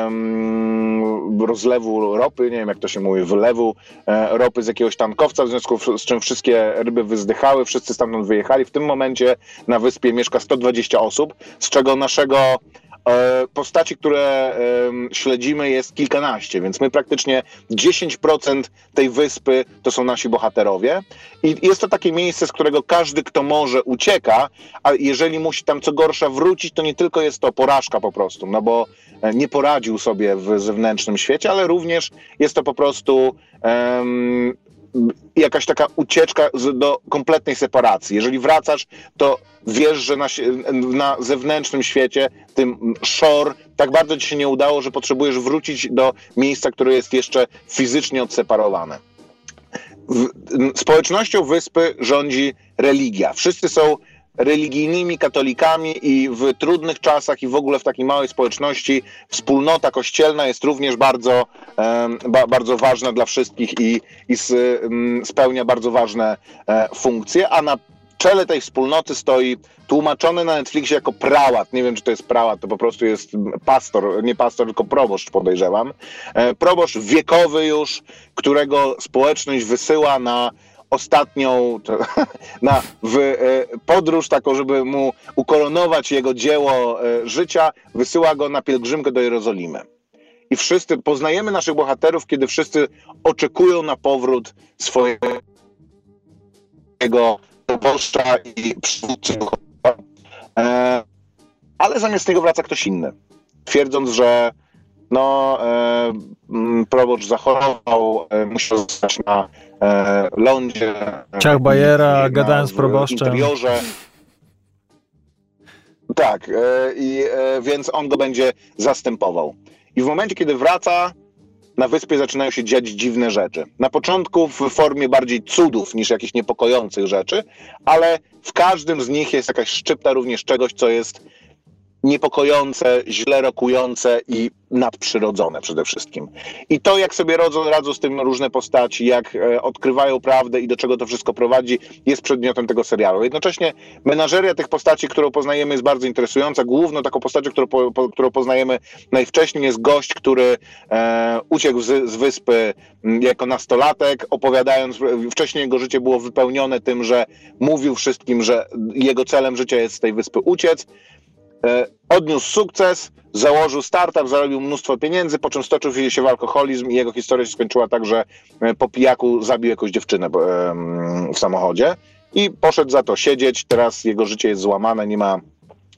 rozlewu ropy, nie wiem jak to się mówi, wylewu ropy z jakiegoś tankowca, w związku z czym wszystkie ryby wyzdychały, wszyscy stamtąd wyjechali. W tym momencie na wyspie mieszka 120 osób, z czego naszego postaci, które śledzimy, jest kilkanaście, więc my praktycznie 10% tej wyspy to są nasi bohaterowie i jest to takie miejsce, z którego każdy, kto może, ucieka, a jeżeli musi tam co gorsza wrócić, to nie tylko jest to porażka po prostu, no bo nie poradził sobie w zewnętrznym świecie, ale również jest to po prostu jakaś taka ucieczka do kompletnej separacji. Jeżeli wracasz, to wiesz, że na zewnętrznym świecie, tym shore, tak bardzo ci się nie udało, że potrzebujesz wrócić do miejsca, które jest jeszcze fizycznie odseparowane. Społecznością wyspy rządzi religia. Wszyscy są religijnymi katolikami i w trudnych czasach i w ogóle w takiej małej społeczności wspólnota kościelna jest również bardzo, bardzo ważna dla wszystkich i spełnia bardzo ważne funkcje, a na czele tej wspólnoty stoi tłumaczony na Netflixie jako prałat. Nie wiem, czy to jest prałat, to po prostu jest pastor, nie pastor, tylko proboszcz, podejrzewam. Proboszcz wiekowy już, którego społeczność wysyła na ostatnią podróż taką, żeby mu ukoronować jego dzieło życia, wysyła go na pielgrzymkę do Jerozolimy. I wszyscy poznajemy naszych bohaterów, kiedy wszyscy oczekują na powrót swojego proboszcza i przywódcy duchowego. Ale zamiast niego wraca ktoś inny, twierdząc, że proboszcz zachorował, musiał zostać na lądzie. Ciach Bajera, gadałem z proboszczem. Interiorze. Tak, więc on go będzie zastępował. I w momencie, kiedy wraca, na wyspie zaczynają się dziać dziwne rzeczy. Na początku w formie bardziej cudów niż jakichś niepokojących rzeczy, ale w każdym z nich jest jakaś szczypta również czegoś, co jest niepokojące, źle rokujące i nadprzyrodzone przede wszystkim. I to, jak sobie radzą z tym różne postaci, jak odkrywają prawdę i do czego to wszystko prowadzi, jest przedmiotem tego serialu. Jednocześnie menażeria tych postaci, którą poznajemy, jest bardzo interesująca. Główną taką postacią, którą poznajemy najwcześniej, jest gość, który uciekł z wyspy jako nastolatek, opowiadając, wcześniej jego życie było wypełnione tym, że mówił wszystkim, że jego celem życia jest z tej wyspy uciec. Odniósł sukces, założył startup, zarobił mnóstwo pieniędzy, po czym stoczył się w alkoholizm i jego historia się skończyła tak, że po pijaku zabił jakąś dziewczynę w samochodzie i poszedł za to siedzieć. Teraz jego życie jest złamane,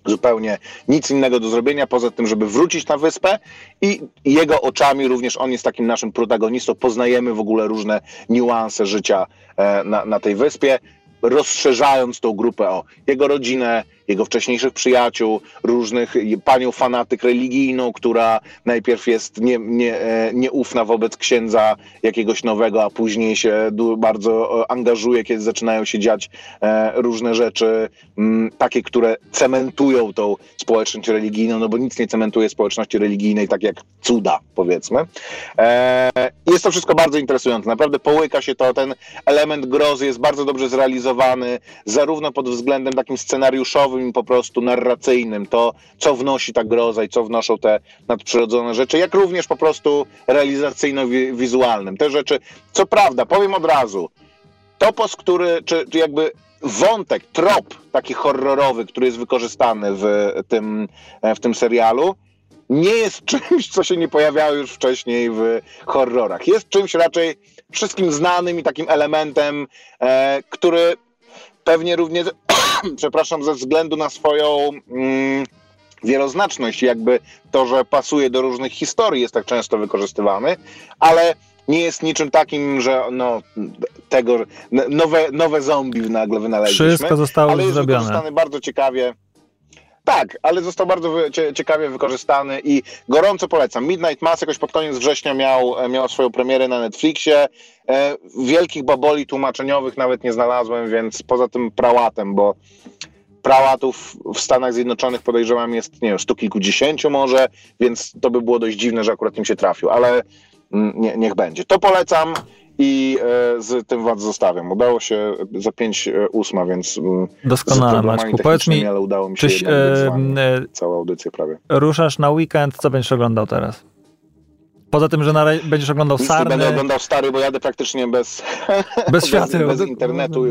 zupełnie nic innego do zrobienia, poza tym, żeby wrócić na wyspę i jego oczami również on jest takim naszym protagonistą. Poznajemy w ogóle różne niuanse życia na tej wyspie, rozszerzając tą grupę o jego rodzinę, jego wcześniejszych przyjaciół, różnych panią fanatyk religijną, która najpierw jest nieufna wobec księdza jakiegoś nowego, a później się bardzo angażuje, kiedy zaczynają się dziać różne rzeczy, takie, które cementują tą społeczność religijną, no bo nic nie cementuje społeczności religijnej, tak jak cuda, powiedzmy. Jest to wszystko bardzo interesujące. Naprawdę połyka się to, ten element grozy jest bardzo dobrze zrealizowany, zarówno pod względem takim scenariuszowym, po prostu narracyjnym, to co wnosi ta groza i co wnoszą te nadprzyrodzone rzeczy, jak również po prostu realizacyjno-wizualnym. Te rzeczy, co prawda, powiem od razu, topos, który, czy jakby wątek, trop taki horrorowy, który jest wykorzystany w tym serialu, nie jest czymś, co się nie pojawiało już wcześniej w horrorach. Jest czymś raczej wszystkim znanym i takim elementem, który pewnie również, przepraszam, ze względu na swoją wieloznaczność, jakby to, że pasuje do różnych historii, jest tak często wykorzystywany, ale nie jest niczym takim, że nowe zombie nagle wynaleźliśmy. Wszystko zostało ale jest zrobione. Wykorzystany bardzo ciekawie. Tak, ale został bardzo ciekawie wykorzystany i gorąco polecam. Midnight Mass jakoś pod koniec września miał swoją premierę na Netflixie. Wielkich baboli tłumaczeniowych nawet nie znalazłem, więc poza tym prałatem, bo prałatów w Stanach Zjednoczonych podejrzewam jest, nie wiem, 100 kilkudziesięciu może, więc to by było dość dziwne, że akurat im się trafił, ale niech będzie. To polecam i z tym was zostawiam. Udało się za 5:08, więc doskonale, Maćku. Powiedz mi, ale udało mi się całą audycję prawie. Ruszasz na weekend, co będziesz oglądał teraz? Poza tym, że będziesz oglądał Sarny. Będę oglądał Stary, bo jadę praktycznie bez świateł. Bez internetu.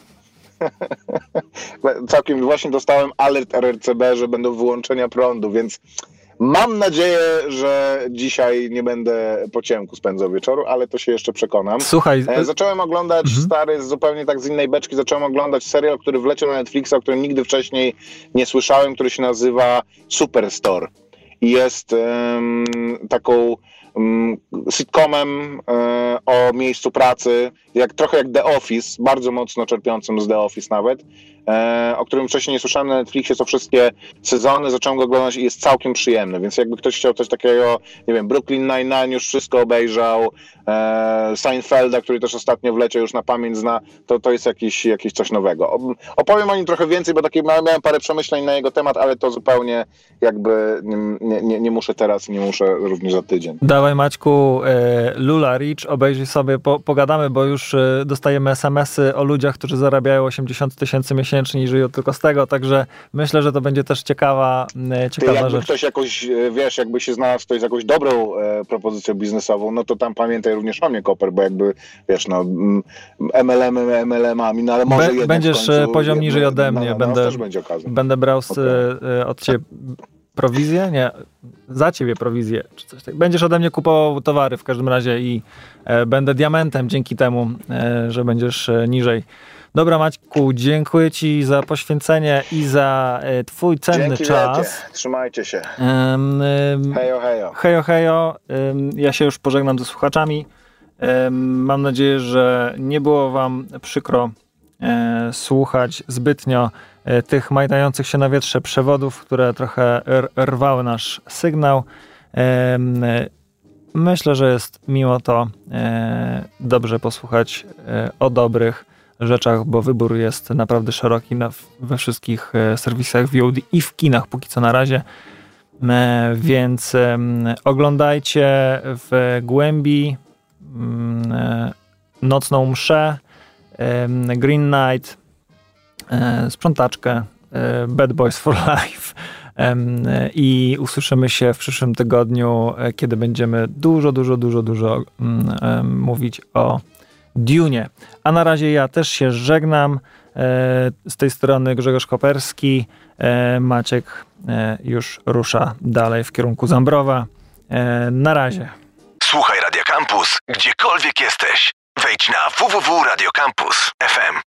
Całkiem właśnie dostałem alert RRCB, że będą wyłączenia prądu, więc mam nadzieję, że dzisiaj nie będę po ciemku spędzał wieczoru, ale to się jeszcze przekonam. Słuchaj, zacząłem oglądać Stary zupełnie tak z innej beczki, zacząłem oglądać serial, który wleciał na Netflixa, o którym nigdy wcześniej nie słyszałem, który się nazywa Superstore i jest taką sitcomem o miejscu pracy, trochę jak The Office, bardzo mocno czerpiącym z The Office nawet, o którym wcześniej nie słyszałem na Netflixie, są wszystkie sezony, zacząłem go oglądać i jest całkiem przyjemny, więc jakby ktoś chciał coś takiego, nie wiem, Brooklyn Nine-Nine już wszystko obejrzał, Seinfelda, który też ostatnio wleciał, już na pamięć zna, to jest jakieś coś nowego. Opowiem o nim trochę więcej, bo miałem parę przemyśleń na jego temat, ale to zupełnie jakby nie muszę teraz, nie muszę również za tydzień. Dawaj, Maćku, Lula Rich, obejrzyj sobie, pogadamy, bo już dostajemy SMS-y o ludziach, którzy zarabiają 80 000 miesięcznie i żyją tylko z tego, także myślę, że to będzie też ciekawa jakby rzecz. Ktoś jakoś, wiesz, jakby się znalazł ktoś z jakąś dobrą propozycją biznesową, no to tam pamiętaj również o mnie, Koper, bo jakby, wiesz, no MLM-ami, no ale może będziesz poziom niżej ode mnie, będę brał od ciebie prowizję? Nie, za ciebie prowizję, czy coś takiego. Będziesz ode mnie kupował towary w każdym razie i będę diamentem dzięki temu, że będziesz niżej. Dobra, Maćku, dziękuję ci za poświęcenie i za twój cenny Dzięki czas. Wiecie. Trzymajcie się. Hejo, hejo. Hejo, hejo. Ja się już pożegnam ze słuchaczami. Mam nadzieję, że nie było wam przykro słuchać zbytnio tych majtających się na wietrze przewodów, które trochę rwały nasz sygnał. Myślę, że jest mimo to dobrze posłuchać o dobrych rzeczach, bo wybór jest naprawdę szeroki we wszystkich serwisach VOD i w kinach póki co na razie. Więc oglądajcie w głębi Nocną mszę, Green Knight, Sprzątaczkę, Bad Boys for Life i usłyszymy się w przyszłym tygodniu, kiedy będziemy dużo mówić o Dune. A na razie ja też się żegnam. Z tej strony Grzegorz Koperski. Maciek już rusza dalej w kierunku Zambrowa. Na razie. Słuchaj Radio Campus, gdziekolwiek jesteś. Wejdź na www.radiocampus.fm.